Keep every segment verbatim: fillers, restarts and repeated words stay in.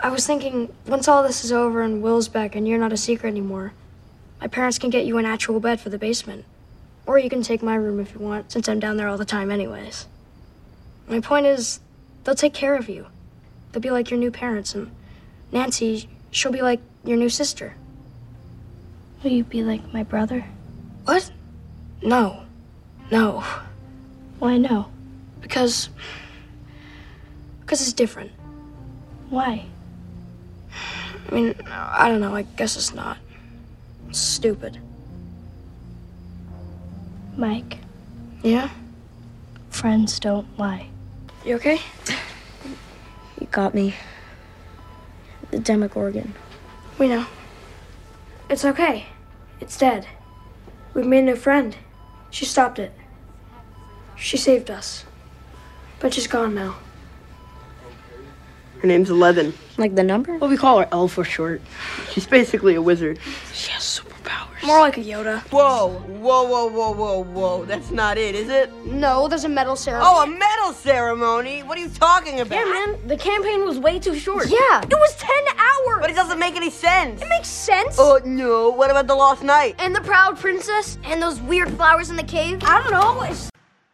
I was thinking, once all this is over and Will's back and you're not a secret anymore, my parents can get you an actual bed for the basement. Or you can take my room if you want, since I'm down there all the time anyways. My point is, they'll take care of you. They'll be like your new parents, and Nancy, she'll be like your new sister. Will you be like my brother? What? No. No. Why no? Because... Because it's different. Why? I mean, I don't know, I guess it's not. It's stupid. Mike. Yeah? Friends don't lie. You okay? You got me. The Demogorgon. We know. It's okay. It's dead. We've made a new friend. She stopped it. She saved us. But she's gone now. Her name's Eleven. Like the number? Well, we call her Elle for short. She's basically a wizard. She has superpowers. More like a Yoda. Whoa, whoa, whoa, whoa, whoa, whoa. That's not it, is it? No, there's a medal ceremony. Oh, a medal ceremony? What are you talking about? Yeah, man. The campaign was way too short. Yeah. It was ten hours. But it doesn't make any sense. It makes sense. Oh, no. What about the lost night? And the proud princess? And those weird flowers in the cave? I don't know. It's...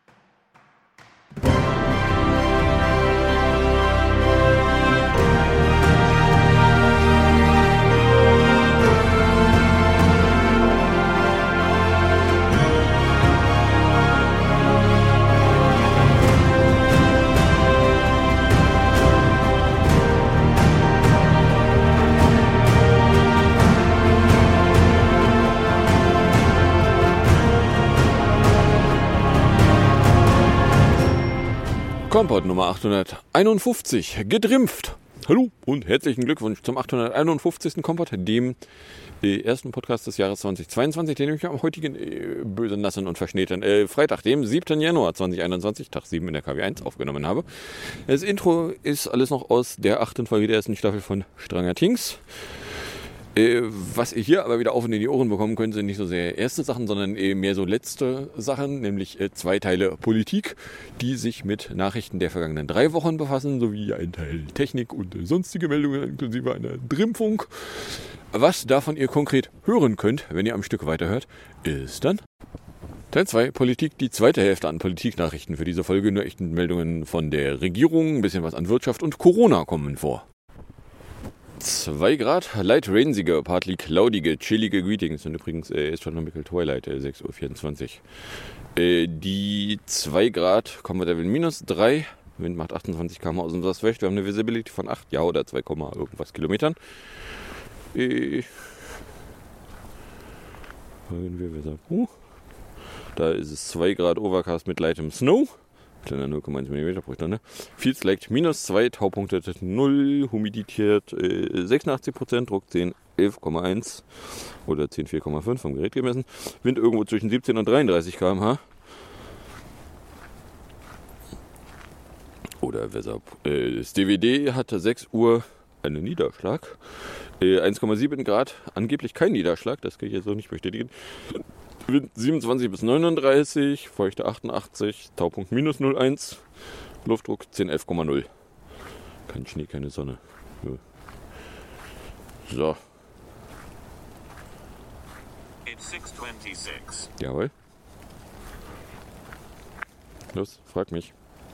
Kompott Nummer achthunderteinundfünfzig, gedrimpft. Hallo und herzlichen Glückwunsch zum achthunderteinundfünfzigsten Kompott, dem äh, ersten Podcast des Jahres zweitausendzweiundzwanzig, den ich am heutigen äh, bösen, nassen und verschneiten äh, Freitag, dem siebten Januar zweitausendeinundzwanzig, Tag sieben in der K W eins aufgenommen habe. Das Intro ist alles noch aus der achten Folge der ersten Staffel von Stranger Things. Äh, was ihr hier aber wieder auf und in die Ohren bekommen könnt, sind nicht so sehr erste Sachen, sondern äh, mehr so letzte Sachen, nämlich äh, zwei Teile Politik, die sich mit Nachrichten der vergangenen drei Wochen befassen, sowie ein Teil Technik und äh, sonstige Meldungen inklusive einer Drimpfung. Was davon ihr konkret hören könnt, wenn ihr am Stück weiterhört, ist dann Teil zwei, Politik, die zweite Hälfte an Politiknachrichten für diese Folge. Nur echten Meldungen von der Regierung, ein bisschen was an Wirtschaft und Corona kommen vor. zwei Grad, light rainsige, partly cloudige, chillige Greetings. Und übrigens äh, Astronomical Twilight, äh, sechs Uhr vierundzwanzig. Äh, die zwei Grad, kommen wir da will minus drei. Wind macht achtundzwanzig Kilometer aus dem Südwest. Wir haben eine Visibility von acht, ja, oder zwei, irgendwas Kilometern. Äh, wir sagen, uh, da ist es zwei Grad Overcast mit lightem Snow. Kleiner null Komma eins Millimeter pro Stunde. Feels like minus zwei, Taupunkte null, Humidität äh, sechsundachtzig Prozent, Druck zehn, elf Komma eins oder zehn, vier Komma fünf vom Gerät gemessen. Wind irgendwo zwischen siebzehn und dreiunddreißig Kilometer pro Stunde. Oder Weser. Äh, das D W D hatte sechs Uhr einen Niederschlag. Äh, eins Komma sieben Grad, angeblich kein Niederschlag, das kann ich jetzt so nicht bestätigen. Wind siebenundzwanzig bis neununddreißig, Feuchte achtundachtzig, Taupunkt minus null Komma eins, Luftdruck zehn, elf Komma null. Kein Schnee, keine Sonne. So. It's six twenty-six. Jawohl. Los, frag mich.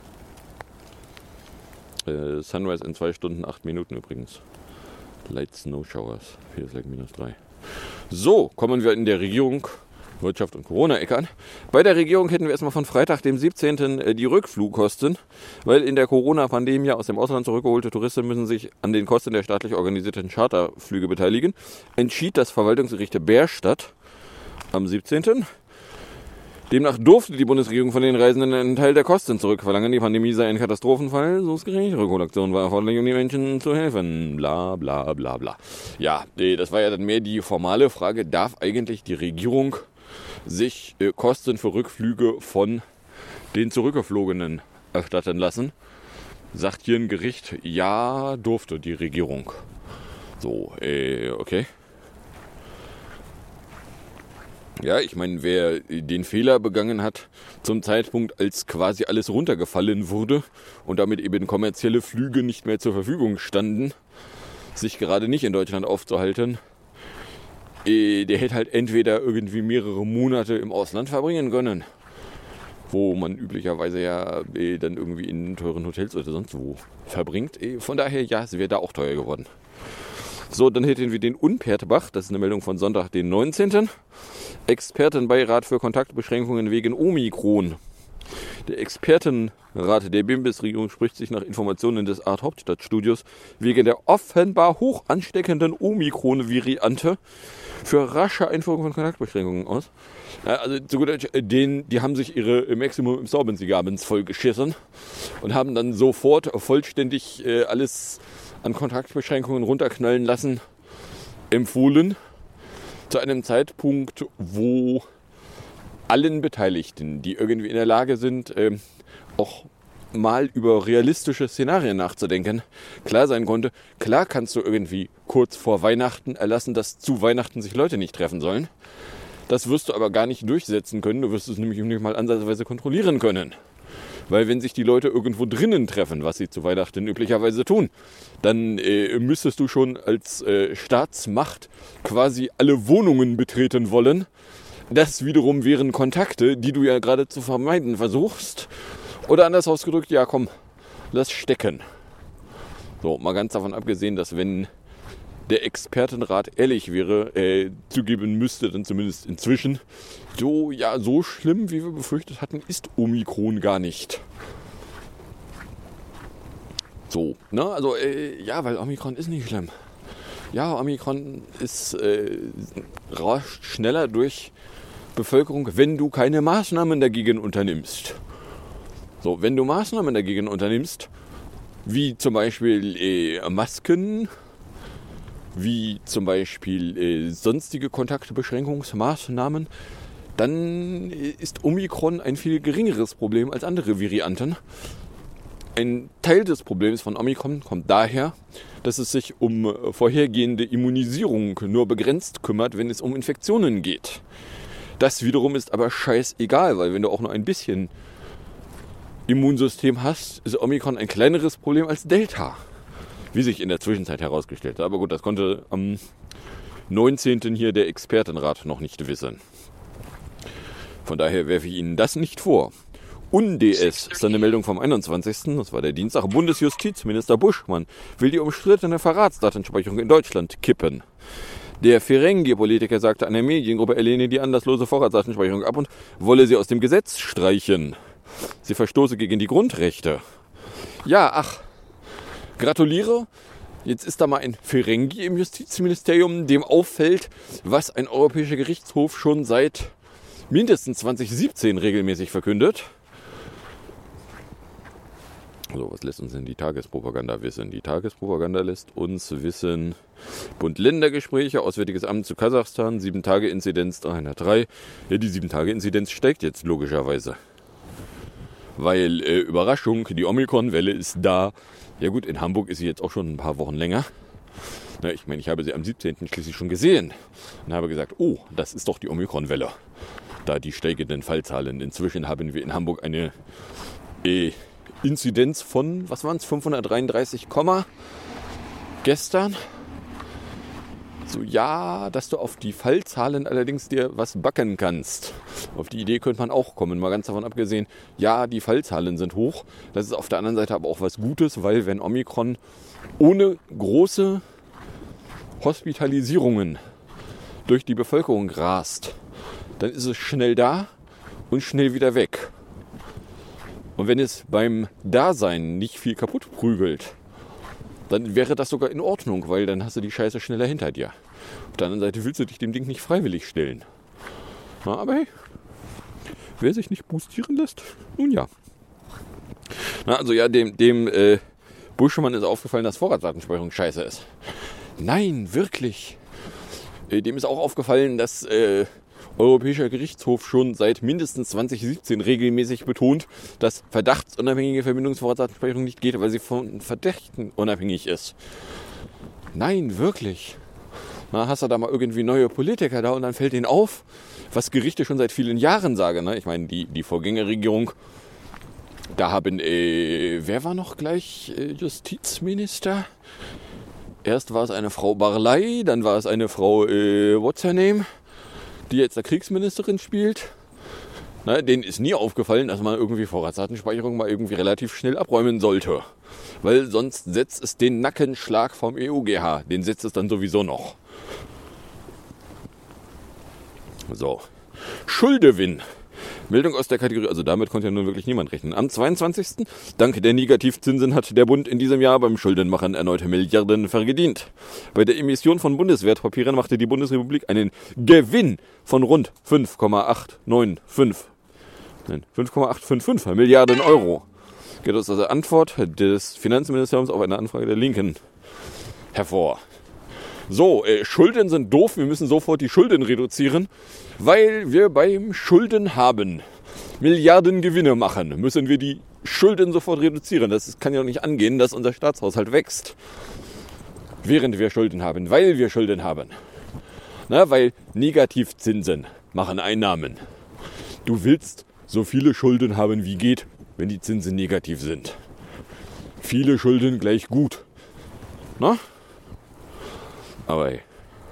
Äh, Sunrise in zwei Stunden, acht Minuten übrigens. Light Snow Showers. Feels like minus drei. So, kommen wir in der Regierung Wirtschaft und Corona-Ecke an. Bei der Regierung hätten wir erstmal von Freitag, dem siebzehnten die Rückflugkosten, weil in der Corona-Pandemie aus dem Ausland zurückgeholte Touristen müssen sich an den Kosten der staatlich organisierten Charterflüge beteiligen. Entschied das Verwaltungsgericht Bärstadt am siebzehnten Demnach durfte die Bundesregierung von den Reisenden einen Teil der Kosten zurückverlangen. Die Pandemie sei ein Katastrophenfall, so ist gerecht. Rückholaktion war erforderlich, um den Menschen zu helfen. Bla bla bla bla. Ja, das war ja dann mehr die formale Frage, darf eigentlich die Regierung sich äh, Kosten für Rückflüge von den Zurückgeflogenen erstatten lassen? Sagt hier ein Gericht, ja, durfte die Regierung. So, äh, okay. Ja, ich meine, wer den Fehler begangen hat, zum Zeitpunkt, als quasi alles runtergefallen wurde und damit eben kommerzielle Flüge nicht mehr zur Verfügung standen, sich gerade nicht in Deutschland aufzuhalten, äh, der hätte halt entweder irgendwie mehrere Monate im Ausland verbringen können, wo man üblicherweise ja äh, dann irgendwie in teuren Hotels oder sonst wo verbringt. Äh, von daher, ja, es wäre da auch teuer geworden. So, dann hätten wir den Unpertbach, das ist eine Meldung von Sonntag, den neunzehnten Expertenbeirat für Kontaktbeschränkungen wegen Omikron. Der Expertenrat der Bundesregierung spricht sich nach Informationen des Art-Hauptstadtstudios wegen der offenbar hoch ansteckenden Omikron-Variante für rasche Einführung von Kontaktbeschränkungen aus. Also zu gut Deutsch, den, die haben sich ihre Maximum Absorbency Gabens voll geschissen und haben dann sofort vollständig äh, alles an Kontaktbeschränkungen runterknallen lassen, empfohlen, zu einem Zeitpunkt, wo allen Beteiligten, die irgendwie in der Lage sind, äh, auch mal über realistische Szenarien nachzudenken, klar sein konnte, klar kannst du irgendwie kurz vor Weihnachten erlassen, dass zu Weihnachten sich Leute nicht treffen sollen. Das wirst du aber gar nicht durchsetzen können, du wirst es nämlich nicht mal ansatzweise kontrollieren können. Weil wenn sich die Leute irgendwo drinnen treffen, was sie zu Weihnachten üblicherweise tun, dann äh, müsstest du schon als äh, Staatsmacht quasi alle Wohnungen betreten wollen. Das wiederum wären Kontakte, die du ja gerade zu vermeiden versuchst. Oder anders ausgedrückt, ja komm, lass stecken. So, mal ganz davon abgesehen, dass wenn der Expertenrat ehrlich wäre, äh, zugeben müsste, dann zumindest inzwischen, so, ja, so schlimm, wie wir befürchtet hatten, ist Omikron gar nicht. So, ne, also, äh, ja, weil Omikron ist nicht schlimm. Ja, Omikron ist, äh, rauscht schneller durch Bevölkerung, wenn du keine Maßnahmen dagegen unternimmst. So, wenn du Maßnahmen dagegen unternimmst, wie zum Beispiel äh, Masken, wie zum Beispiel äh, sonstige Kontaktbeschränkungsmaßnahmen, dann ist Omikron ein viel geringeres Problem als andere Varianten. Ein Teil des Problems von Omikron kommt daher, dass es sich um vorhergehende Immunisierung nur begrenzt kümmert, wenn es um Infektionen geht. Das wiederum ist aber scheißegal, weil wenn du auch nur ein bisschen Immunsystem hast, ist Omikron ein kleineres Problem als Delta. Wie sich in der Zwischenzeit herausgestellt hat. Aber gut, das konnte am neunzehnten hier der Expertenrat noch nicht wissen. Von daher werfe ich Ihnen das nicht vor. U N D S ist eine Meldung vom einundzwanzigsten Das war der Dienstag. Bundesjustizminister Buschmann will die umstrittene Verratsdatenspeicherung in Deutschland kippen. Der Ferengi-Politiker sagte einer Mediengruppe, er lehne die anlasslose Vorratsdatenspeicherung ab und wolle sie aus dem Gesetz streichen. Sie verstoße gegen die Grundrechte. Ja, ach, gratuliere. Jetzt ist da mal ein Ferengi im Justizministerium, dem auffällt, was ein Europäischer Gerichtshof schon seit mindestens zwanzig siebzehn regelmäßig verkündet. So, was lässt uns denn die Tagespropaganda wissen? Die Tagespropaganda lässt uns wissen, Bund-Länder-Gespräche, Auswärtiges Amt zu Kasachstan, sieben Tage Inzidenz dreihundertdrei. Ja, die sieben Tage Inzidenz steigt jetzt logischerweise. Weil, äh, Überraschung, die Omikron-Welle ist da. Ja gut, in Hamburg ist sie jetzt auch schon ein paar Wochen länger. Na, ich meine, ich habe sie am siebzehnten schließlich schon gesehen und habe gesagt, oh, das ist doch die Omikron-Welle. Da die steigenden Fallzahlen. Inzwischen haben wir in Hamburg eine äh, Inzidenz von, was waren es, fünfhundertdreiunddreißig, gestern. So, ja, dass du auf die Fallzahlen allerdings dir was backen kannst. Auf die Idee könnte man auch kommen, mal ganz davon abgesehen. Ja, die Fallzahlen sind hoch. Das ist auf der anderen Seite aber auch was Gutes, weil wenn Omikron ohne große Hospitalisierungen durch die Bevölkerung rast, dann ist es schnell da und schnell wieder weg. Und wenn es beim Dasein nicht viel kaputt prügelt, dann wäre das sogar in Ordnung, weil dann hast du die Scheiße schneller hinter dir. Auf der anderen Seite willst du dich dem Ding nicht freiwillig stellen. Na, aber hey, wer sich nicht boostieren lässt, nun ja. Na, also ja, dem, dem äh, Buschmann ist aufgefallen, dass Vorratsdatenspeicherung scheiße ist. Nein, wirklich. Äh, dem ist auch aufgefallen, dass äh, Europäischer Gerichtshof schon seit mindestens zwanzig siebzehn regelmäßig betont, dass verdachtsunabhängige Verbindungsvorratsdatenspeicherung nicht geht, weil sie von Verdächten unabhängig ist. Nein, wirklich. Na, hast du da mal irgendwie neue Politiker da und dann fällt ihnen auf, was Gerichte schon seit vielen Jahren sagen. Ne? Ich meine, die, die Vorgängerregierung, da haben, äh, wer war noch gleich äh, Justizminister? Erst war es eine Frau Barley, dann war es eine Frau, äh, what's her name, die jetzt der Kriegsministerin spielt. Na, denen ist nie aufgefallen, dass man irgendwie Vorratsdatenspeicherung mal irgendwie relativ schnell abräumen sollte. Weil sonst setzt es den Nackenschlag vom E U G H. Den setzt es dann sowieso noch. So. Schuldewinn. Meldung aus der Kategorie, also damit konnte ja nun wirklich niemand rechnen. Am zweiundzwanzigsten Dank der Negativzinsen hat der Bund in diesem Jahr beim Schuldenmachen erneute Milliarden verdient. Bei der Emission von Bundeswertpapieren machte die Bundesrepublik einen Gewinn von rund fünf Komma acht neun fünf Nein, fünf Komma acht fünf fünf Milliarden Euro. Geht aus der Antwort des Finanzministeriums auf eine Anfrage der Linken hervor. So, äh, Schulden sind doof, wir müssen sofort die Schulden reduzieren, weil wir beim Schulden haben Milliarden Gewinne machen, müssen wir die Schulden sofort reduzieren. Das kann ja nicht angehen, dass unser Staatshaushalt wächst, während wir Schulden haben, weil wir Schulden haben. Na, weil Negativzinsen machen Einnahmen. Du willst so viele Schulden haben wie geht, wenn die Zinsen negativ sind. Viele Schulden gleich gut. Na? Aber ey.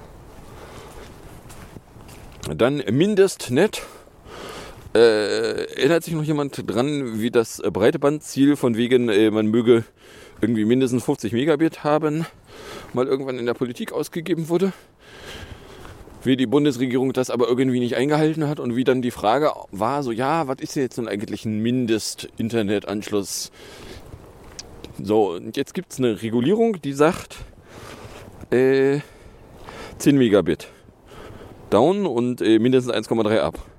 Dann Mindestnet. Äh, erinnert sich noch jemand dran, wie das Breitbandziel von wegen, äh, man möge irgendwie mindestens fünfzig Megabit haben, mal irgendwann in der Politik ausgegeben wurde? Wie die Bundesregierung das aber irgendwie nicht eingehalten hat und wie dann die Frage war, so ja, was ist denn jetzt nun eigentlich ein Mindest-Internetanschluss? So, und jetzt gibt es eine Regulierung, die sagt, Äh, zehn Megabit down und äh, mindestens eins Komma drei up.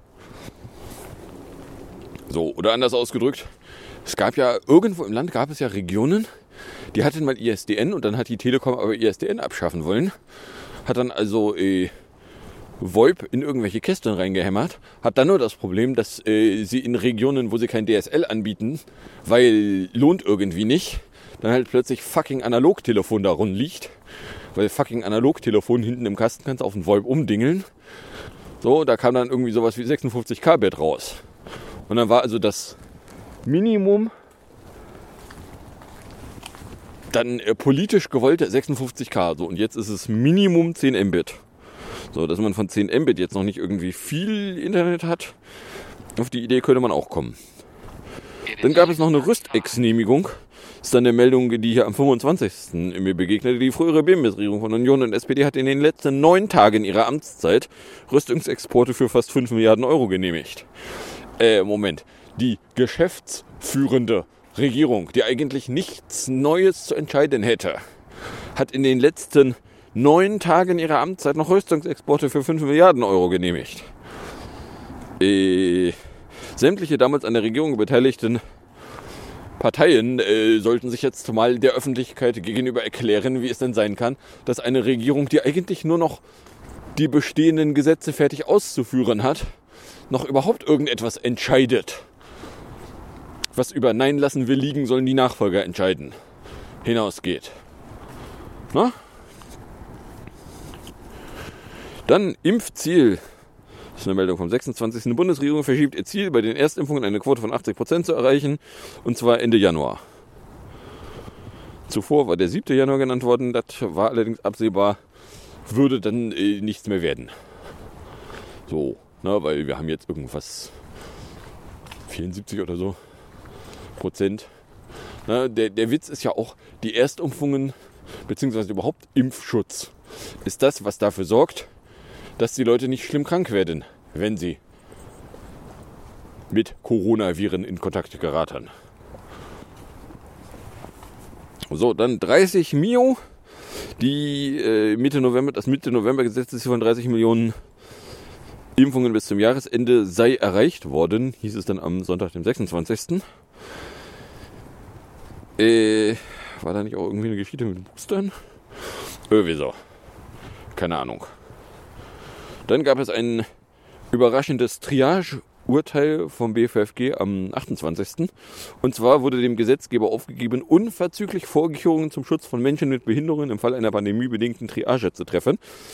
So, oder anders ausgedrückt, es gab ja irgendwo im Land gab es ja Regionen, die hatten mal I S D N und dann hat die Telekom aber I S D N abschaffen wollen. Hat dann also äh, VoIP in irgendwelche Kästen reingehämmert. Hat dann nur das Problem, dass äh, sie in Regionen, wo sie kein D S L anbieten, weil lohnt irgendwie nicht, dann halt plötzlich fucking Analogtelefon da rund liegt. Weil fucking Analogtelefon hinten im Kasten kannst du auf den VoIP umdingeln. So, da kam dann irgendwie sowas wie sechsundfünfzig K-Bit raus. Und dann war also das Minimum dann äh, politisch gewollte sechsundfünfzig K. So, und jetzt ist es Minimum zehn Mbit. So, dass man von zehn Mbit jetzt noch nicht irgendwie viel Internet hat, auf die Idee könnte man auch kommen. Dann gab es noch eine Rüstex-Genehmigung. Das ist dann eine Meldung, die hier am fünfundzwanzigsten mir begegnete. Die frühere B M S-Regierung von Union und S P D hat in den letzten neun Tagen ihrer Amtszeit Rüstungsexporte für fast fünf Milliarden Euro genehmigt. Äh, Moment. Die geschäftsführende Regierung, die eigentlich nichts Neues zu entscheiden hätte, hat in den letzten neun Tagen ihrer Amtszeit noch Rüstungsexporte für fünf Milliarden Euro genehmigt. Äh, sämtliche damals an der Regierung beteiligten Parteien äh, sollten sich jetzt mal der Öffentlichkeit gegenüber erklären, wie es denn sein kann, dass eine Regierung, die eigentlich nur noch die bestehenden Gesetze fertig auszuführen hat, noch überhaupt irgendetwas entscheidet. Was über Nein lassen wir liegen, sollen die Nachfolger entscheiden. Hinausgeht. Na? Dann Impfziel. Das ist eine Meldung vom sechsundzwanzigsten Die Bundesregierung verschiebt ihr Ziel, bei den Erstimpfungen eine Quote von achtzig Prozent zu erreichen, und zwar Ende Januar. Zuvor war der siebte Januar genannt worden, das war allerdings absehbar, würde dann äh, nichts mehr werden. So, na, weil wir haben jetzt irgendwas vierundsiebzig oder so Prozent. Na, der, der Witz ist ja auch, die Erstimpfungen, beziehungsweise überhaupt Impfschutz, ist das, was dafür sorgt, dass die Leute nicht schlimm krank werden, wenn sie mit Coronaviren in Kontakt geraten. So, dann dreißig Mio. Die äh, Mitte November, das Mitte November Gesetzesziel von dreißig Millionen Impfungen bis zum Jahresende sei erreicht worden, hieß es dann am Sonntag, dem sechsundzwanzigsten Äh, war da nicht auch irgendwie eine Geschichte mit Boostern? Irgendwie so. Keine Ahnung. Dann gab es ein überraschendes Triage-Urteil vom B F F G am achtundzwanzigsten Und zwar wurde dem Gesetzgeber aufgegeben, unverzüglich Vorkehrungen zum Schutz von Menschen mit Behinderungen im Fall einer pandemiebedingten Triage zu treffen,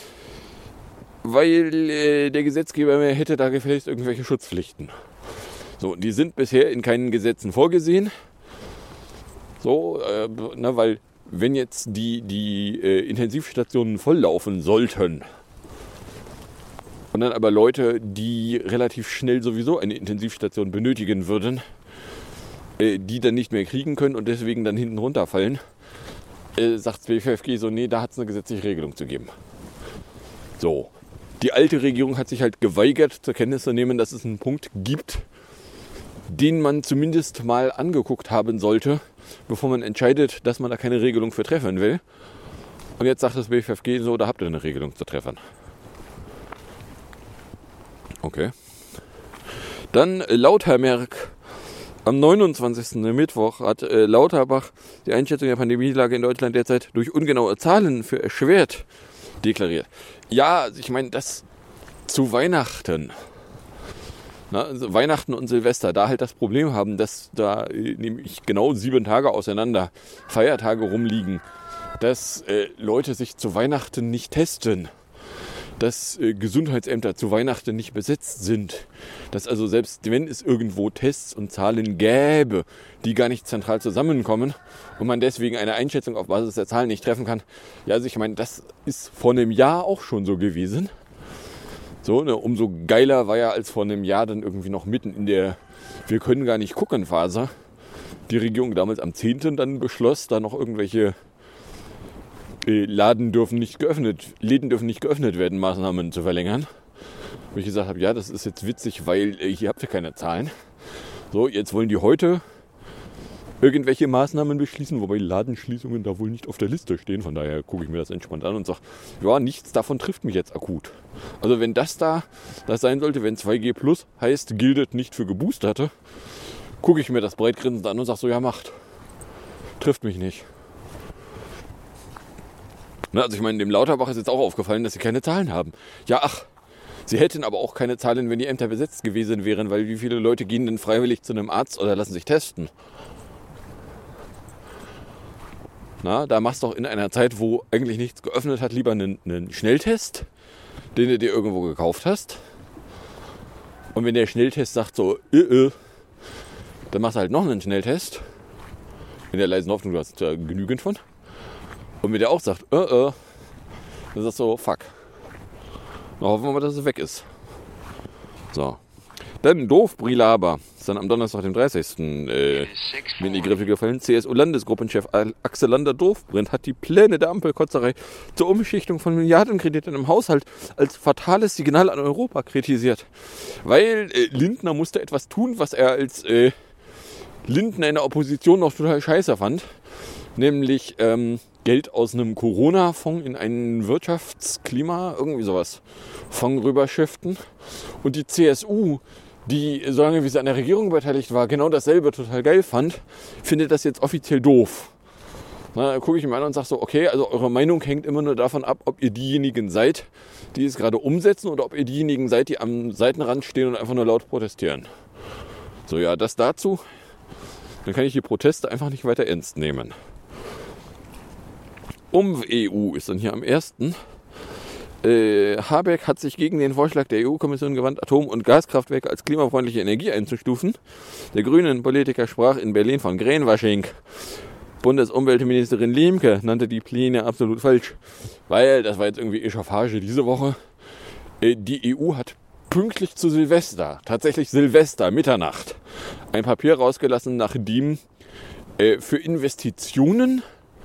weil äh, der Gesetzgeber hätte da gefälligst irgendwelche Schutzpflichten. So, die sind bisher in keinen Gesetzen vorgesehen. So, äh, na, weil wenn jetzt die, die äh, Intensivstationen volllaufen sollten und dann aber Leute, die relativ schnell sowieso eine Intensivstation benötigen würden, äh, die dann nicht mehr kriegen können und deswegen dann hinten runterfallen, äh, sagt das B F F G so, nee, da hat es eine gesetzliche Regelung zu geben. So, die alte Regierung hat sich halt geweigert, zur Kenntnis zu nehmen, dass es einen Punkt gibt, den man zumindest mal angeguckt haben sollte, bevor man entscheidet, dass man da keine Regelung für treffen will. Und jetzt sagt das B F F G so, da habt ihr eine Regelung zu treffen. Okay. Dann äh, Lautermerk. Am neunundzwanzigsten Mittwoch hat äh, Lauterbach die Einschätzung der Pandemielage in Deutschland derzeit durch ungenaue Zahlen für erschwert deklariert. Ja, also ich meine, das zu Weihnachten, na, also Weihnachten und Silvester, da halt das Problem haben, dass da äh, nämlich genau sieben Tage auseinander Feiertage rumliegen, dass äh, Leute sich zu Weihnachten nicht testen, dass äh, Gesundheitsämter zu Weihnachten nicht besetzt sind, dass also selbst wenn es irgendwo Tests und Zahlen gäbe, die gar nicht zentral zusammenkommen und man deswegen eine Einschätzung auf Basis der Zahlen nicht treffen kann. Ja, also ich meine, das ist vor einem Jahr auch schon so gewesen. So, ne, umso geiler war ja als vor einem Jahr dann irgendwie noch mitten in der Wir können gar nicht gucken Phase. Die Regierung damals am zehnten dann beschloss, da noch irgendwelche Laden dürfen nicht geöffnet, Läden dürfen nicht geöffnet werden, Maßnahmen zu verlängern. Wo ich gesagt habe, ja, das ist jetzt witzig, weil äh, hier habt ihr keine Zahlen. So, jetzt wollen die heute irgendwelche Maßnahmen beschließen, wobei Ladenschließungen da wohl nicht auf der Liste stehen. Von daher gucke ich mir das entspannt an und sage, ja, nichts davon trifft mich jetzt akut. Also wenn das da das sein sollte, wenn zwei G plus heißt, gilt nicht für Geboosterte, gucke ich mir das breitgrinsend an und sage so, ja, macht. Trifft mich nicht. Also ich meine, dem Lauterbach ist jetzt auch aufgefallen, dass sie keine Zahlen haben. Ja, ach, sie hätten aber auch keine Zahlen, wenn die Ämter besetzt gewesen wären, weil wie viele Leute gehen denn freiwillig zu einem Arzt oder lassen sich testen? Na, da machst du doch in einer Zeit, wo eigentlich nichts geöffnet hat, lieber einen, einen Schnelltest, den du dir irgendwo gekauft hast. Und wenn der Schnelltest sagt so, äh, äh, dann machst du halt noch einen Schnelltest. In der leisen Hoffnung, du hast da genügend von. Und wenn der auch sagt, äh, äh, dann sagst du so, fuck. Dann hoffen wir mal, dass es weg ist. So. Dann doof Brilaba. Ist dann am Donnerstag, dem dreißigsten Äh, mir in die Griffe gefallen. C S U-Landesgruppenchef Axel Lander-Doofbrindt hat die Pläne der Ampelkotzerei zur Umschichtung von Milliardenkrediten im Haushalt als fatales Signal an Europa kritisiert. Weil äh, Lindner musste etwas tun, was er als äh, Lindner in der Opposition noch total scheiße fand. Nämlich ähm, Geld aus einem Corona-Fonds in einen Wirtschaftsklima, irgendwie sowas, Fonds rüberschiften. Und die C S U, die, solange wie sie an der Regierung beteiligt war, genau dasselbe total geil fand, findet das jetzt offiziell doof. Na, da gucke ich mir an und sage so, okay, also eure Meinung hängt immer nur davon ab, ob ihr diejenigen seid, die es gerade umsetzen, oder ob ihr diejenigen seid, die am Seitenrand stehen und einfach nur laut protestieren. So, ja, das dazu. Dann kann ich die Proteste einfach nicht weiter ernst nehmen. Um E U ist dann hier am ersten Äh, Habeck hat sich gegen den Vorschlag der E U-Kommission gewandt, Atom- und Gaskraftwerke als klimafreundliche Energie einzustufen. Der grünen Politiker sprach in Berlin von Greenwashing. Bundesumweltministerin Lemke nannte die Pläne absolut falsch, weil, das war jetzt irgendwie Echauffage diese Woche, äh, die E U hat pünktlich zu Silvester, tatsächlich Silvester, Mitternacht, ein Papier rausgelassen, nachdem äh, für Investitionen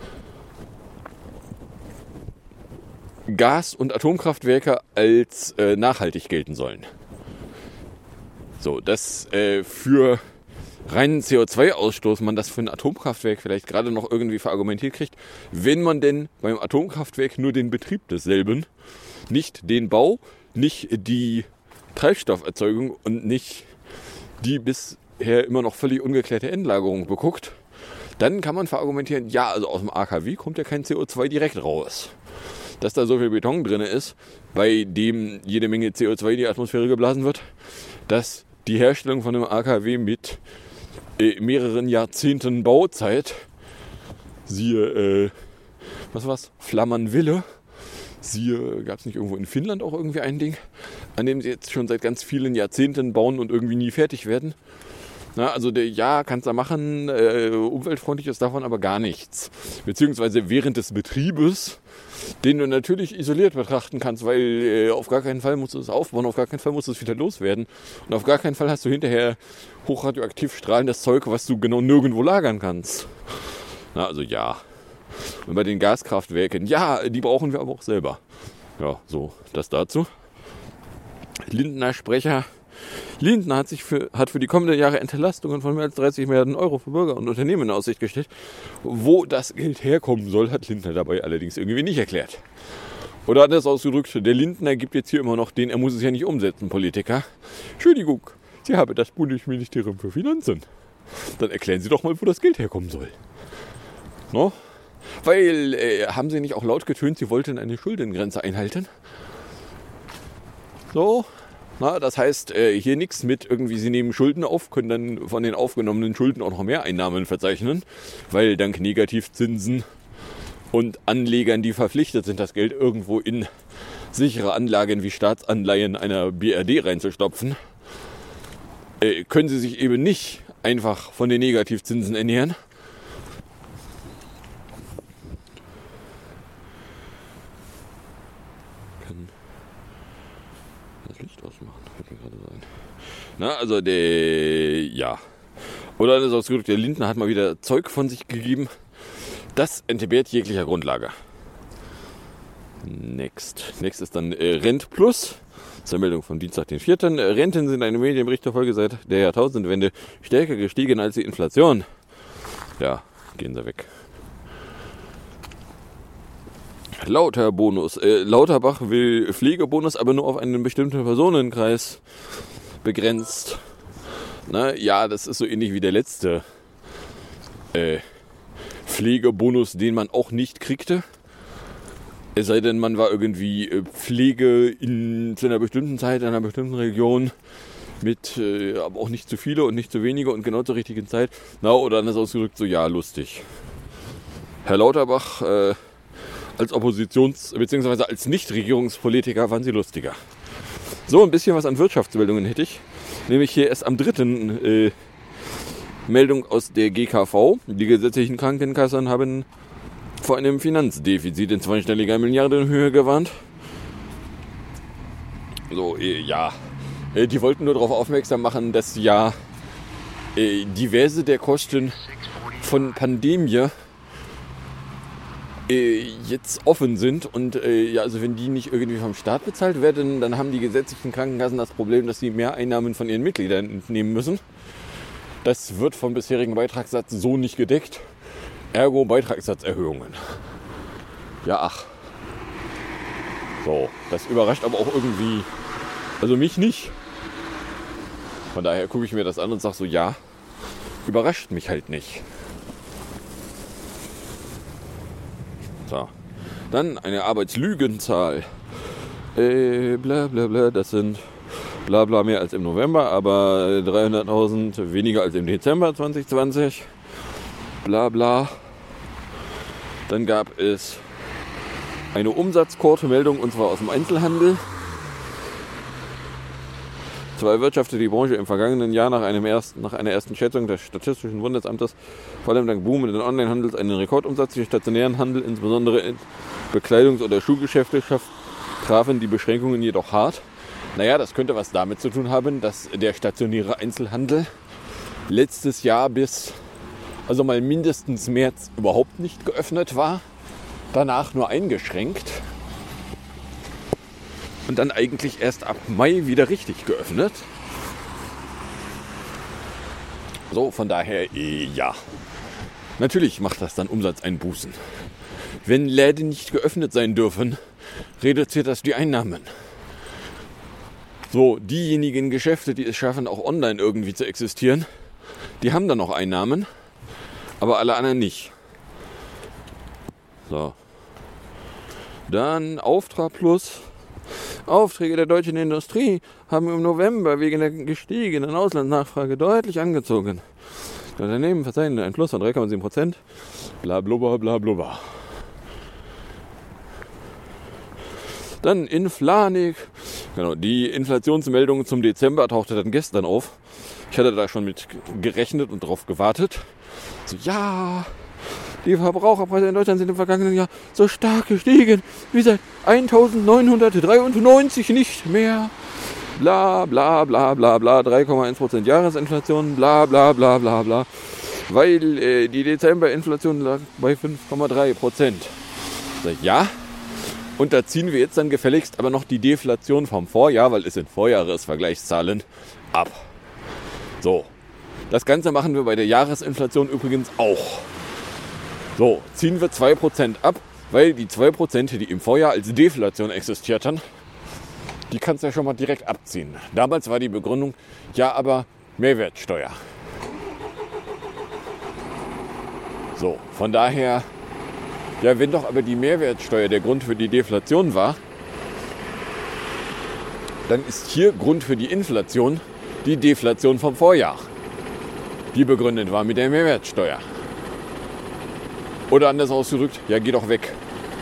Gas- und Atomkraftwerke als äh, nachhaltig gelten sollen. So, dass äh, für reinen C O zwei Ausstoß man das für ein Atomkraftwerk vielleicht gerade noch irgendwie verargumentiert kriegt, wenn man denn beim Atomkraftwerk nur den Betrieb desselben, nicht den Bau, nicht die Treibstofferzeugung und nicht die bisher immer noch völlig ungeklärte Endlagerung beguckt, dann kann man verargumentieren, ja, also aus dem A K W kommt ja kein C O zwei direkt raus. Dass da so viel Beton drin ist, bei dem jede Menge C O zwei in die Atmosphäre geblasen wird, dass die Herstellung von einem A K W mit äh, mehreren Jahrzehnten Bauzeit, siehe, äh, was war's, Flamanville, siehe, gab es nicht irgendwo in Finnland auch irgendwie ein Ding, an dem sie jetzt schon seit ganz vielen Jahrzehnten bauen und irgendwie nie fertig werden, Na, also der, ja, kannst du machen, äh, umweltfreundlich ist davon aber gar nichts. Beziehungsweise während des Betriebes, den du natürlich isoliert betrachten kannst, weil äh, auf gar keinen Fall musst du es aufbauen, auf gar keinen Fall musst du es wieder loswerden und auf gar keinen Fall hast du hinterher hochradioaktiv strahlendes Zeug, was du genau nirgendwo lagern kannst. Na, also ja. Und bei den Gaskraftwerken, ja, die brauchen wir aber auch selber. Ja, so, das dazu. Lindner Sprecher. Lindner hat sich für, hat für die kommenden Jahre Entlastungen von mehr als dreißig Milliarden Euro für Bürger und Unternehmen in Aussicht gestellt. Wo das Geld herkommen soll, hat Lindner dabei allerdings irgendwie nicht erklärt. Oder anders ausgedrückt, der Lindner gibt jetzt hier immer noch den, er muss es ja nicht umsetzen, Politiker. Entschuldigung, Sie haben das Bundesministerium für Finanzen. Dann erklären Sie doch mal, wo das Geld herkommen soll. No? Weil, äh, haben Sie nicht auch laut getönt, Sie wollten eine Schuldengrenze einhalten? So, na, das heißt, äh, hier nichts mit irgendwie, Sie nehmen Schulden auf, können dann von den aufgenommenen Schulden auch noch mehr Einnahmen verzeichnen, weil dank Negativzinsen und Anlegern, die verpflichtet sind, das Geld irgendwo in sichere Anlagen wie Staatsanleihen einer B R D reinzustopfen, äh, können Sie sich eben nicht einfach von den Negativzinsen ernähren. Licht ausmachen, fällt mir gerade so ein. Na, also der, ja. Oder das ausgedrückt, der Lindner hat mal wieder Zeug von sich gegeben. Das entbehrt jeglicher Grundlage. Next. Next ist dann äh, Rent Plus. Das ist eine Meldung von Dienstag, den vierten Renten sind eine Medienbericht der Folge seit der Jahrtausendwende stärker gestiegen als die Inflation. Ja, gehen sie weg. Lauterbonus. Äh, Lauterbach will Pflegebonus, aber nur auf einen bestimmten Personenkreis begrenzt. Na, ja, das ist so ähnlich wie der letzte äh, Pflegebonus, den man auch nicht kriegte. Es sei denn, man war irgendwie äh, Pflege in, zu einer bestimmten Zeit, in einer bestimmten Region mit, äh, aber auch nicht zu viele und nicht zu wenige und genau zur richtigen Zeit. Na, oder anders ausgedrückt, so ja, lustig. Herr Lauterbach, äh, als Oppositions- bzw. als Nichtregierungspolitiker waren sie lustiger. So, ein bisschen was an Wirtschaftsmeldungen hätte ich. Nämlich hier erst am dritten Äh, Meldung aus der G K V. Die gesetzlichen Krankenkassen haben vor einem Finanzdefizit in zweistelliger Milliardenhöhe gewarnt. So, äh, ja. Äh, die wollten nur darauf aufmerksam machen, dass ja äh, diverse der Kosten von Pandemie jetzt offen sind und äh, ja, also wenn die nicht irgendwie vom Staat bezahlt werden, dann haben die gesetzlichen Krankenkassen das Problem, dass sie mehr Einnahmen von ihren Mitgliedern entnehmen müssen. Das wird vom bisherigen Beitragssatz so nicht gedeckt. Ergo Beitragssatzerhöhungen. Ja, ach. So, das überrascht aber auch irgendwie, also mich nicht. Von daher gucke ich mir das an und sage so, ja, überrascht mich halt nicht. So. Dann eine Arbeitslügenzahl. Äh, bla bla bla, das sind bla bla mehr als im November, aber dreihunderttausend weniger als im Dezember zwanzig zwanzig. Bla bla. Dann gab es eine Umsatzkortmeldung und zwar aus dem Einzelhandel. Zwar erwirtschaftete die Branche im vergangenen Jahr nach, einem ersten, nach einer ersten Schätzung des Statistischen Bundesamtes, vor allem dank Boom in den Onlinehandels, einen Rekordumsatz. Den stationären Handel, insbesondere in Bekleidungs- oder Schuhgeschäfte, trafen die Beschränkungen jedoch hart. Naja, das könnte was damit zu tun haben, dass der stationäre Einzelhandel letztes Jahr bis, also mal mindestens März, überhaupt nicht geöffnet war. Danach nur eingeschränkt. Und dann eigentlich erst ab Mai wieder richtig geöffnet. So, von daher, äh, ja. Natürlich macht das dann Umsatzeinbußen. Wenn Läden nicht geöffnet sein dürfen, reduziert das die Einnahmen. So, diejenigen Geschäfte, die es schaffen, auch online irgendwie zu existieren, die haben dann noch Einnahmen, aber alle anderen nicht. So. Dann Auftrag Plus. Aufträge der deutschen Industrie haben im November wegen der gestiegenen Auslandsnachfrage deutlich angezogen. Die Unternehmen verzeichnen einen Plus von drei Komma sieben Prozent. Bla blubber, bla blubber. Dann Inflanik. Genau, die Inflationsmeldung zum Dezember tauchte dann gestern auf. Ich hatte da schon mit gerechnet und drauf gewartet. So, ja, die Verbraucherpreise in Deutschland sind im vergangenen Jahr so stark gestiegen wie seit eintausendneunhundertdreiundneunzig nicht mehr. Bla bla bla bla bla, drei Komma eins Prozent Jahresinflation, bla bla bla bla bla. Weil äh, die Dezemberinflation lag bei fünf Komma drei Prozent. So, ja, und da ziehen wir jetzt dann gefälligst aber noch die Deflation vom Vorjahr, weil es sind Vorjahresvergleichszahlen, ab. So, das Ganze machen wir bei der Jahresinflation übrigens auch. So, ziehen wir zwei Prozent ab, weil die zwei Prozent, die im Vorjahr als Deflation existierten, die kannst du ja schon mal direkt abziehen. Damals war die Begründung, ja, aber Mehrwertsteuer. So, von daher, ja, wenn doch aber die Mehrwertsteuer der Grund für die Deflation war, dann ist hier Grund für die Inflation die Deflation vom Vorjahr, die begründet war mit der Mehrwertsteuer. Oder anders ausgedrückt, ja, geh doch weg.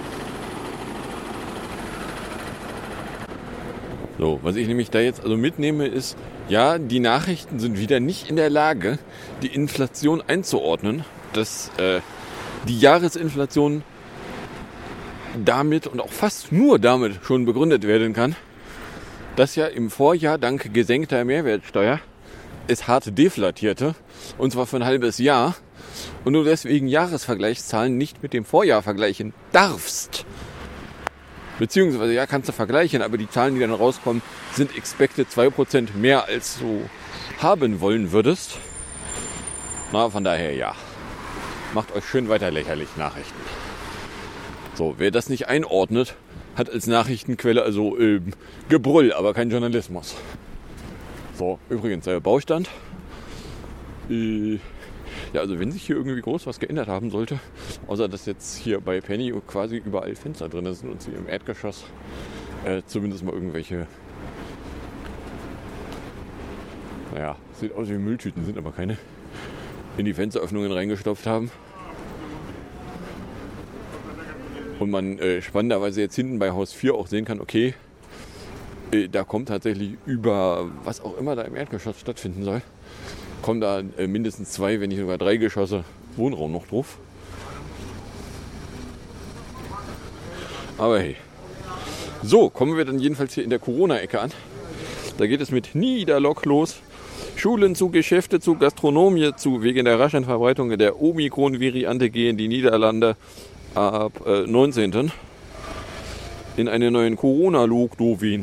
So, was ich nämlich da jetzt also mitnehme ist, ja, die Nachrichten sind wieder nicht in der Lage, die Inflation einzuordnen, dass äh, die Jahresinflation damit und auch fast nur damit schon begründet werden kann, dass ja im Vorjahr dank gesenkter Mehrwertsteuer es hart deflatierte, und zwar für ein halbes Jahr, und du deswegen Jahresvergleichszahlen nicht mit dem Vorjahr vergleichen darfst. Beziehungsweise, ja, kannst du vergleichen, aber die Zahlen, die dann rauskommen, sind expected zwei Prozent mehr, als du haben wollen würdest. Na, von daher, ja. Macht euch schön weiter lächerlich Nachrichten. So, wer das nicht einordnet, hat als Nachrichtenquelle also äh, Gebrüll, aber kein Journalismus. So, übrigens, der Baustand. Äh, ja, also wenn sich hier irgendwie groß was geändert haben sollte, außer dass jetzt hier bei Penny quasi überall Fenster drin sind und sie im Erdgeschoss äh, zumindest mal irgendwelche, naja, sieht aus wie Mülltüten, sind aber keine, in die Fensteröffnungen reingestopft haben. Und man äh, spannenderweise jetzt hinten bei Haus vier auch sehen kann, okay, äh, da kommt tatsächlich über was auch immer da im Erdgeschoss stattfinden soll, kommen da äh, mindestens zwei, wenn nicht sogar drei Geschosse Wohnraum noch drauf. Aber hey. So, kommen wir dann jedenfalls hier in der Corona-Ecke an. Da geht es mit Niederlock los. Schulen zu, Geschäfte zu, Gastronomie zu. Wegen der raschen Verbreitung der Omikron-Variante gehen die Niederlande ab äh, neunzehnten in einen neuen Corona-Lockdown.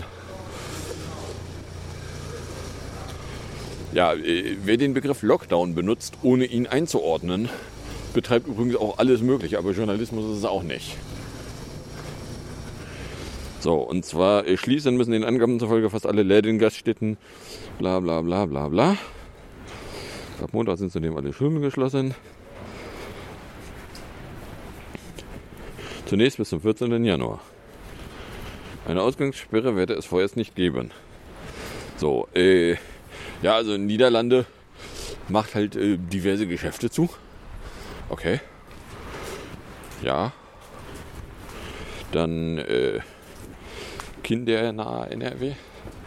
Ja, äh, wer den Begriff Lockdown benutzt, ohne ihn einzuordnen, betreibt übrigens auch alles Mögliche, aber Journalismus ist es auch nicht. So, und zwar äh, schließen müssen den Angaben zufolge fast alle Läden, Gaststätten, bla bla bla bla bla. Ab Montag sind zudem alle Schulen geschlossen. Zunächst bis zum vierzehnten Januar. Eine Ausgangssperre werde es vorerst nicht geben. So, äh, ja, also Niederlande macht halt äh, diverse Geschäfte zu. Okay. Ja. Dann, äh, kindernah N R W.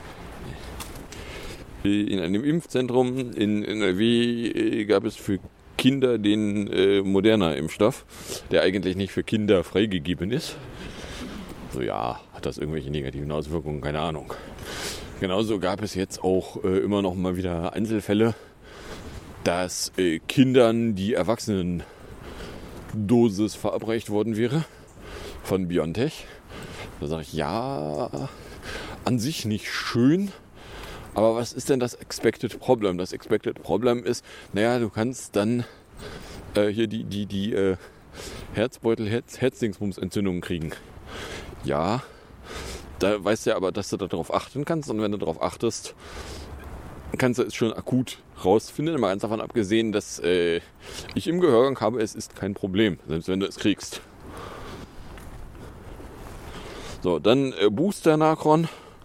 In einem Impfzentrum in N R W gab es für Kinder den äh, Moderna-Impfstoff, der eigentlich nicht für Kinder freigegeben ist. So, ja, hat das irgendwelche negativen Auswirkungen? Keine Ahnung. Genauso gab es jetzt auch äh, immer noch mal wieder Einzelfälle, dass äh, Kindern die Erwachsenendosis verabreicht worden wäre von BioNTech. Da sage ich, ja, an sich nicht schön, aber was ist denn das Expected Problem? Das Expected Problem ist, naja, du kannst dann äh, hier die, die, die äh, Herzbeutel, Herz, Herzdingsbumsentzündungen kriegen. Ja, da weißt du ja aber, dass du darauf achten kannst, und wenn du darauf achtest, kannst du es schon akut rausfinden. Mal ganz davon abgesehen, dass äh, ich im Gehörgang habe, es ist kein Problem, selbst wenn du es kriegst. So, dann äh, Booster-Nachron.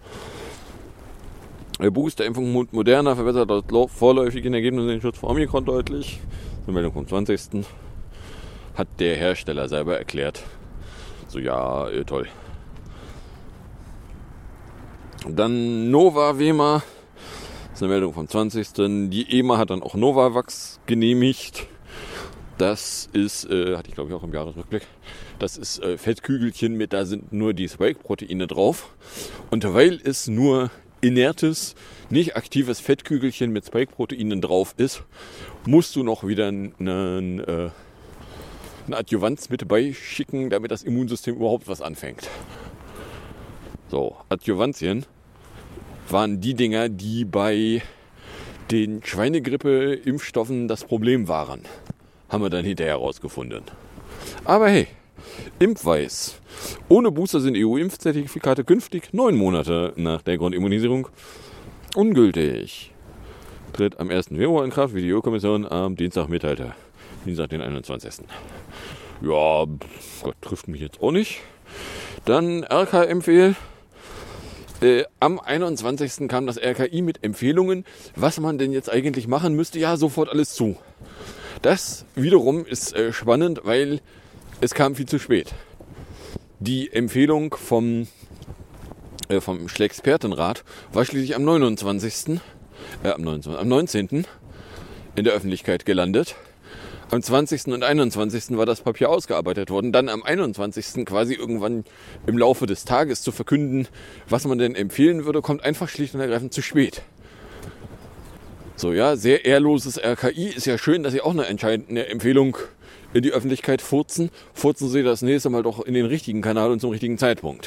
Äh, Boosterimpfung mit Moderna verbessert das vorläufigen Ergebnis den Schutz vor Omikron deutlich. Die Meldung vom zwanzigsten hat der Hersteller selber erklärt. So, ja, äh, toll. Dann Nova Wema. Das ist eine Meldung vom zwanzigsten Die E M A hat dann auch Novavax genehmigt. Das ist, äh, hatte ich glaube ich auch im Jahresrückblick, das ist äh, Fettkügelchen mit, da sind nur die Spike-Proteine drauf. Und weil es nur inertes, nicht aktives Fettkügelchen mit Spike-Proteinen drauf ist, musst du noch wieder einen, einen, äh, eine Adjuvanz mit beischicken, damit das Immunsystem überhaupt was anfängt. So, Adjuvantien waren die Dinger, die bei den Schweinegrippe-Impfstoffen das Problem waren. Haben wir dann hinterher herausgefunden. Aber hey, Impfweiß. Ohne Booster sind E U-Impfzertifikate künftig neun Monate nach der Grundimmunisierung ungültig. Tritt am ersten Februar in Kraft, wie die E U-Kommission am Dienstag mitteilte. Dienstag, den einundzwanzigsten Ja, Gott, trifft mich jetzt auch nicht. Dann R K empfiehlt. Äh, am einundzwanzigsten kam das R K I mit Empfehlungen, was man denn jetzt eigentlich machen müsste. Ja, sofort alles zu. Das wiederum ist äh, spannend, weil es kam viel zu spät. Die Empfehlung vom, äh, vom Schlägspertenrat war schließlich am neunundzwanzigsten Äh, am, neunundzwanzigsten am neunzehnten in der Öffentlichkeit gelandet. Am zwanzigsten und einundzwanzigsten war das Papier ausgearbeitet worden. Dann am einundzwanzigsten quasi irgendwann im Laufe des Tages zu verkünden, was man denn empfehlen würde, kommt einfach schlicht und ergreifend zu spät. So, ja, sehr ehrloses R K I. Ist ja schön, dass Sie auch eine entscheidende Empfehlung in die Öffentlichkeit furzen. Furzen Sie das nächste Mal doch in den richtigen Kanal und zum richtigen Zeitpunkt.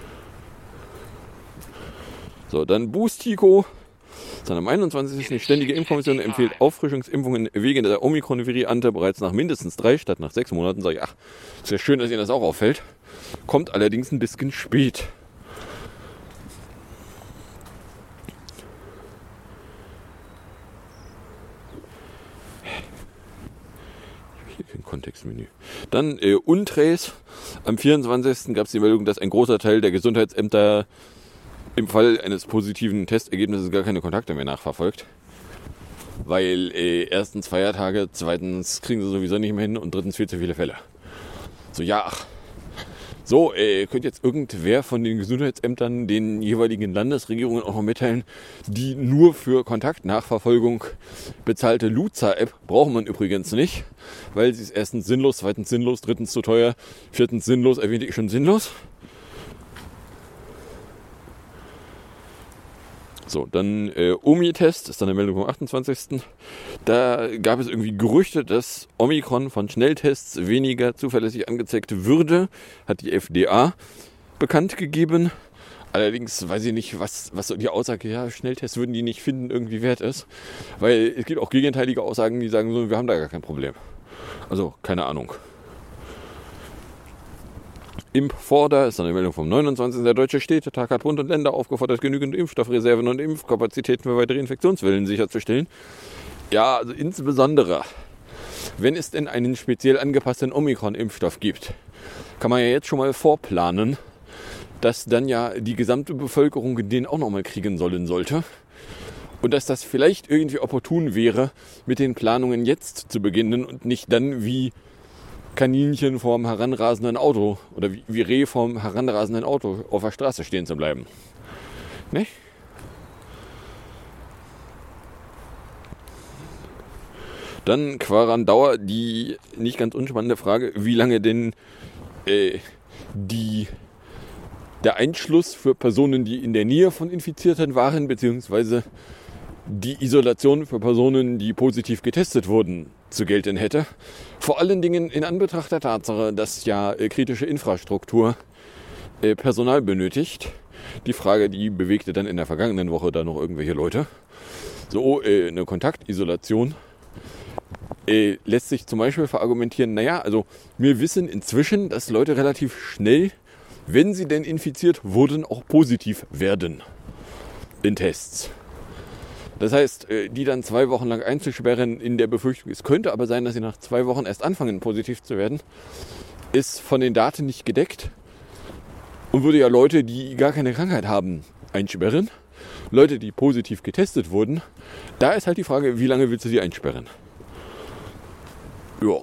So, dann Boostico. Dann am einundzwanzigsten Die Ständige Impfkommission empfiehlt Auffrischungsimpfungen wegen der Omikron-Variante bereits nach mindestens drei statt nach sechs Monaten. Sag ich, ach, ist ja schön, dass Ihnen das auch auffällt. Kommt allerdings ein bisschen spät. Hier kein Kontextmenü. Dann äh, Untrace. Am vierundzwanzigsten gab es die Meldung, dass ein großer Teil der Gesundheitsämter im Fall eines positiven Testergebnisses gar keine Kontakte mehr nachverfolgt. Weil äh, erstens Feiertage, zweitens kriegen sie sowieso nicht mehr hin und drittens viel zu viele Fälle. So, ja, ach. So, äh, könnt jetzt irgendwer von den Gesundheitsämtern den jeweiligen Landesregierungen auch noch mitteilen, die nur für Kontaktnachverfolgung bezahlte Luza-App braucht man übrigens nicht, weil sie ist erstens sinnlos, zweitens sinnlos, drittens zu teuer, viertens sinnlos, erwähnte ich schon sinnlos. So, dann äh, Omi-Test, ist dann eine Meldung vom achtundzwanzigsten Da gab es irgendwie Gerüchte, dass Omikron von Schnelltests weniger zuverlässig angezeigt würde, hat die F D A bekannt gegeben. Allerdings weiß ich nicht, was, was so die Aussage, ja, Schnelltests würden die nicht finden, irgendwie wert ist. Weil es gibt auch gegenteilige Aussagen, die sagen so, wir haben da gar kein Problem. Also, keine Ahnung. Impfvorder ist eine Meldung vom neunundzwanzigsten Der Deutsche Städtetag hat Bund und Länder aufgefordert, genügend Impfstoffreserven und Impfkapazitäten für weitere Infektionswellen sicherzustellen. Ja, also insbesondere, wenn es denn einen speziell angepassten Omikron-Impfstoff gibt, kann man ja jetzt schon mal vorplanen, dass dann ja die gesamte Bevölkerung den auch nochmal kriegen sollen sollte. Und dass das vielleicht irgendwie opportun wäre, mit den Planungen jetzt zu beginnen und nicht dann wie Kaninchen vorm heranrasenden Auto oder wie, wie Reh vorm heranrasenden Auto auf der Straße stehen zu bleiben. Ne? Dann Quarandauer, die nicht ganz unspannende Frage, wie lange denn äh, die, der Einschluss für Personen, die in der Nähe von Infizierten waren, beziehungsweise die Isolation für Personen, die positiv getestet wurden, zu gelten hätte. Vor allen Dingen in Anbetracht der Tatsache, dass ja äh, kritische Infrastruktur äh, Personal benötigt. Die Frage, die bewegte dann in der vergangenen Woche da noch irgendwelche Leute. So, äh, eine Kontaktisolation äh, lässt sich zum Beispiel verargumentieren, naja, also wir wissen inzwischen, dass Leute relativ schnell, wenn sie denn infiziert wurden, auch positiv werden in Tests. Das heißt, die dann zwei Wochen lang einzusperren in der Befürchtung, es könnte aber sein, dass sie nach zwei Wochen erst anfangen, positiv zu werden, ist von den Daten nicht gedeckt und würde ja Leute, die gar keine Krankheit haben, einsperren. Leute, die positiv getestet wurden, da ist halt die Frage, wie lange willst du sie einsperren? Ja.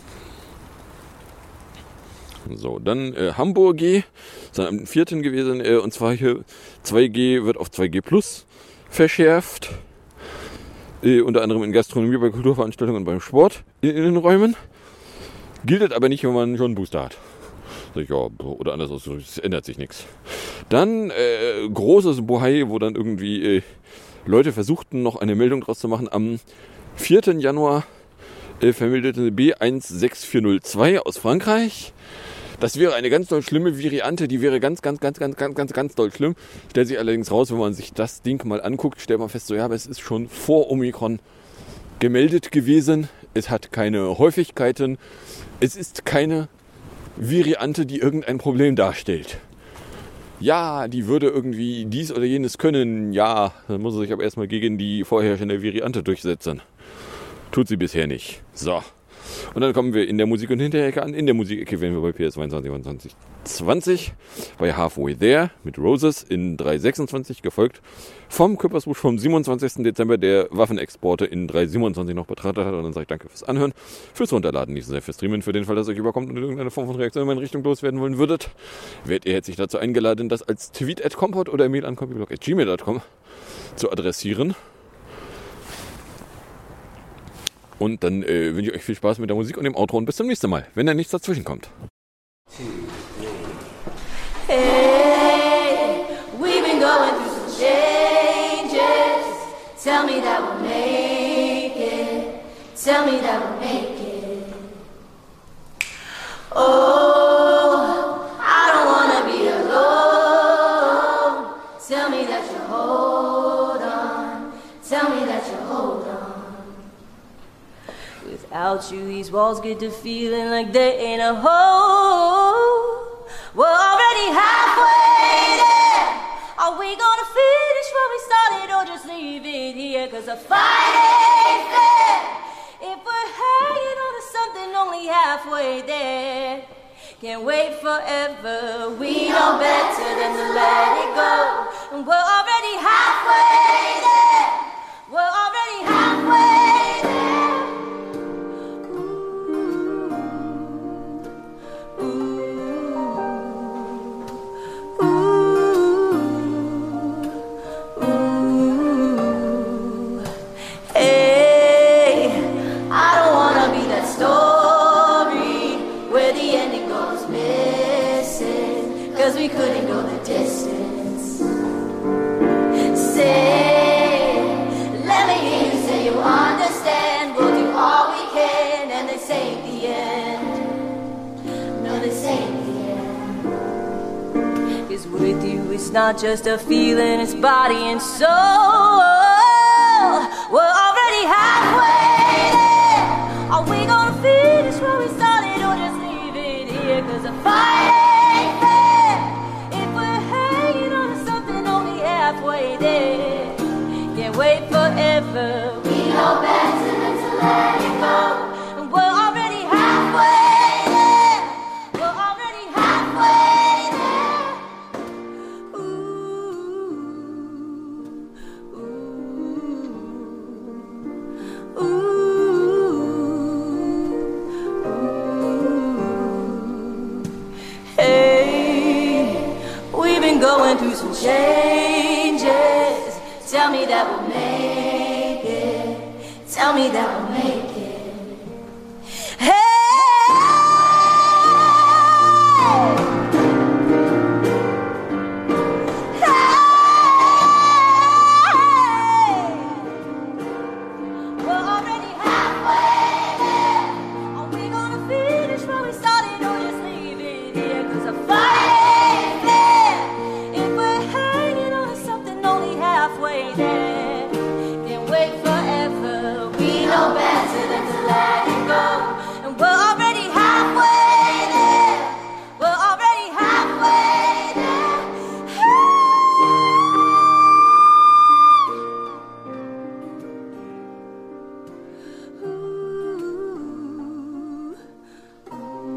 So, dann äh, Hamburg G, ist dann am vierten gewesen, äh, und zwar hier zwei G wird auf zwei G plus verschärft. Äh, unter anderem in Gastronomie, bei Kulturveranstaltungen und beim Sport in Innenräumen. Gilt das aber nicht, wenn man schon einen Booster hat. Ja, oder anders, es ändert sich nichts. Dann äh, großes Bohai, wo dann irgendwie äh, Leute versuchten, noch eine Meldung draus zu machen. Am vierten Januar äh, vermeldete B eins sechs vier null zwei aus Frankreich. Das wäre eine ganz doll schlimme Variante, die wäre ganz, ganz, ganz, ganz, ganz, ganz, ganz doll schlimm. Stellt sich allerdings raus, wenn man sich das Ding mal anguckt, stellt man fest, so ja, aber es ist schon vor Omikron gemeldet gewesen. Es hat keine Häufigkeiten. Es ist keine Variante, die irgendein Problem darstellt. Ja, die würde irgendwie dies oder jenes können. Ja, dann muss er sich aber erstmal gegen die vorherrschende Variante durchsetzen. Tut sie bisher nicht. So. Und dann kommen wir in der Musik- und Hinterecke an. In der Musikecke wären wir bei P S zweiundzwanzig zwanzig, bei Halfway There mit Roses in drei sechsundzwanzig, gefolgt vom Küppersbusch vom siebenundzwanzigsten Dezember, der Waffenexporte in drei siebenundzwanzig noch betrachtet hat. Und dann sage ich danke fürs Anhören, fürs Runterladen, nicht so sehr fürs Streamen, für den Fall, dass es euch überkommt und irgendeine Form von Reaktion in meine Richtung loswerden wollen würdet. Werdet ihr herzlich dazu eingeladen, das als Tweet at compot oder Mail an copyblog at gmail dot com zu adressieren. Und dann äh, wünsche ich euch viel Spaß mit der Musik und dem Outro und bis zum nächsten Mal, wenn da nichts dazwischen kommt. Hey, we've been going through some changes. Tell me that we'll make it. Tell me that we'll make it. Oh, I don't wanna be alone. Tell me that you hold on. Tell me that you hold on. Without you, these walls get to feeling like there ain't a hole. We're already halfway there. Are we gonna finish where we started or just leave it here? Cause the fight ain't fair. If we're hanging on to something only halfway there, can't wait forever. We know better than to let it go. And we're already halfway there. We're already halfway there. We couldn't go the distance. Say, let me hear you say you understand. We'll do all we can, and this ain't the end. No, this ain't the end. 'Cause with you, it's not just a feeling, it's body and soul. We're already halfway there. Are we gonna finish where we started, or just leave it here? 'Cause the fight ain't fair. Halfway there, can't wait forever. We know better than to let it go. And we're already halfway there. We're already halfway there. Ooh, ooh, ooh, ooh. Hey, we've been going through some change. Tell me that we'll make it. Tell me that we'll make it. Hey! Hey! We're already halfway there. Are we gonna finish where we started or just leave it here? 'Cause the fight ain't fair. If we're hanging on to something only halfway there, can't wait forever. We know better than to let it go. And we're already halfway there. We're already halfway there. Ooh, ooh.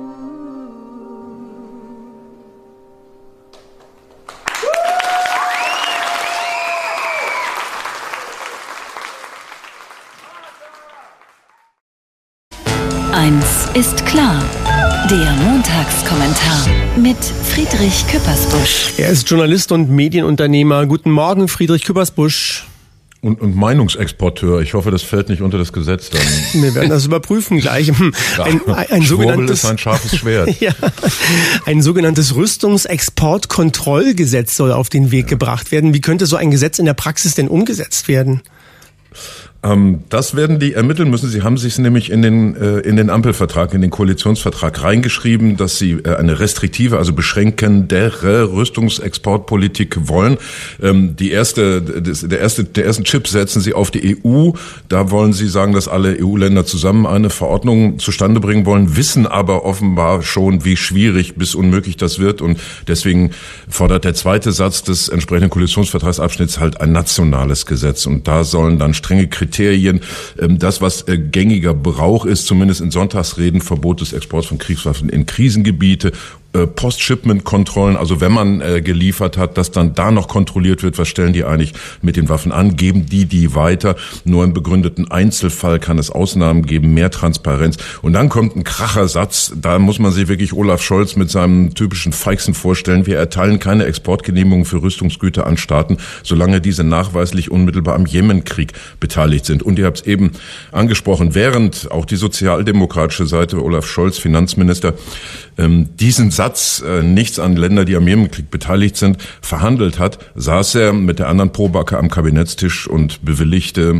Eins ist klar. Der Montagskommentar mit Friedrich Küppersbusch. Er ist Journalist und Medienunternehmer. Guten Morgen, Friedrich Küppersbusch. Und, und Meinungsexporteur. Ich hoffe, das fällt nicht unter das Gesetz dann. Wir werden das überprüfen gleich. Ein, ein, ein sogenanntes ist ein scharfes Schwert. Ja, ein sogenanntes Rüstungsexportkontrollgesetz soll auf den Weg ja. gebracht werden. Wie könnte so ein Gesetz in der Praxis denn umgesetzt werden? Das werden die ermitteln müssen. Sie haben sich nämlich in den in den Ampelvertrag, in den Koalitionsvertrag reingeschrieben, dass sie eine restriktive, also beschränkendere Rüstungsexportpolitik wollen. Die erste, der erste, der ersten Chip setzen sie auf die E U. Da wollen sie sagen, dass alle E U-Länder zusammen eine Verordnung zustande bringen wollen, wissen aber offenbar schon, wie schwierig bis unmöglich das wird. Und deswegen fordert der zweite Satz des entsprechenden Koalitionsvertragsabschnitts halt ein nationales Gesetz. Und da sollen dann strenge Kriterien Kriterien, das, was gängiger Brauch ist, zumindest in Sonntagsreden, Verbot des Exports von Kriegswaffen in Krisengebiete, Post-Shipment-Kontrollen, also wenn man äh, geliefert hat, dass dann da noch kontrolliert wird, was stellen die eigentlich mit den Waffen an, geben die die weiter, nur im begründeten Einzelfall kann es Ausnahmen geben, mehr Transparenz. Und dann kommt ein Krachersatz, da muss man sich wirklich Olaf Scholz mit seinem typischen Feixen vorstellen, wir erteilen keine Exportgenehmigungen für Rüstungsgüter an Staaten, solange diese nachweislich unmittelbar am Jemenkrieg beteiligt sind. Und ihr habt es eben angesprochen, während auch die sozialdemokratische Seite, Olaf Scholz, Finanzminister, ähm, diesen Satz, äh, nichts an Länder, die am Jemenkrieg beteiligt sind, verhandelt hat, saß er mit der anderen Probacke am Kabinettstisch und bewilligte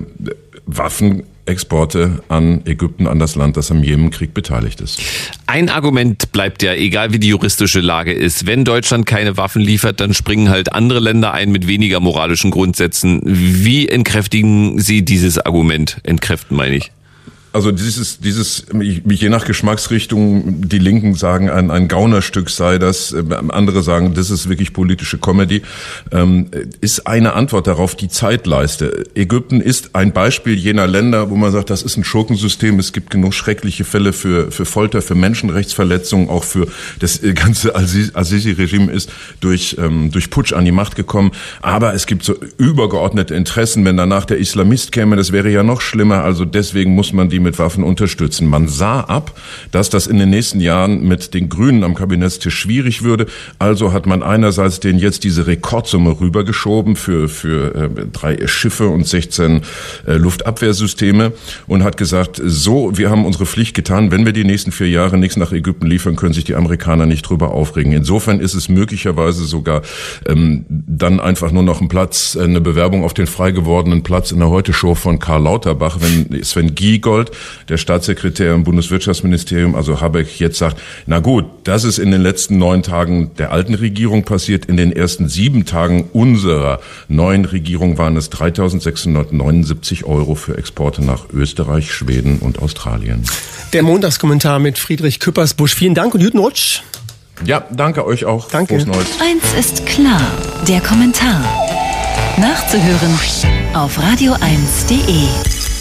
Waffenexporte an Ägypten, an das Land, das am Jemenkrieg beteiligt ist. Ein Argument bleibt ja, egal wie die juristische Lage ist, wenn Deutschland keine Waffen liefert, dann springen halt andere Länder ein mit weniger moralischen Grundsätzen. Wie entkräftigen Sie dieses Argument? Entkräften meine ich. Also dieses, dieses, je nach Geschmacksrichtung, die Linken sagen, ein, ein Gaunerstück sei das, andere sagen, das ist wirklich politische Comedy, ähm, ist eine Antwort darauf die Zeitleiste. Ägypten ist ein Beispiel jener Länder, wo man sagt, das ist ein Schurkensystem, es gibt genug schreckliche Fälle für, für Folter, für Menschenrechtsverletzungen, auch für das ganze Al-Sisi-Regime ist durch, ähm, durch Putsch an die Macht gekommen, aber es gibt so übergeordnete Interessen, wenn danach der Islamist käme, das wäre ja noch schlimmer, also deswegen muss man die mit Waffen unterstützen. Man sah ab, dass das in den nächsten Jahren mit den Grünen am Kabinettstisch schwierig würde. Also hat man einerseits denen jetzt diese Rekordsumme rübergeschoben für für äh, drei Schiffe und sechzehn äh, Luftabwehrsysteme und hat gesagt, so, wir haben unsere Pflicht getan. Wenn wir die nächsten vier Jahre nichts nach Ägypten liefern, können sich die Amerikaner nicht drüber aufregen. Insofern ist es möglicherweise sogar ähm, dann einfach nur noch ein Platz, eine Bewerbung auf den frei gewordenen Platz in der Heute-Show von Karl Lauterbach, wenn Sven Giegold, der Staatssekretär im Bundeswirtschaftsministerium, also Habeck, jetzt sagt, na gut, das ist in den letzten neun Tagen der alten Regierung passiert. In den ersten sieben Tagen unserer neuen Regierung waren es dreitausendsechshundertneunundsiebzig Euro für Exporte nach Österreich, Schweden und Australien. Der Montagskommentar mit Friedrich Küppersbusch. Vielen Dank und guten Rutsch. Ja, danke euch auch. Danke. Frohes Neues. Eins ist klar, der Kommentar. Nachzuhören auf radio eins punkt de.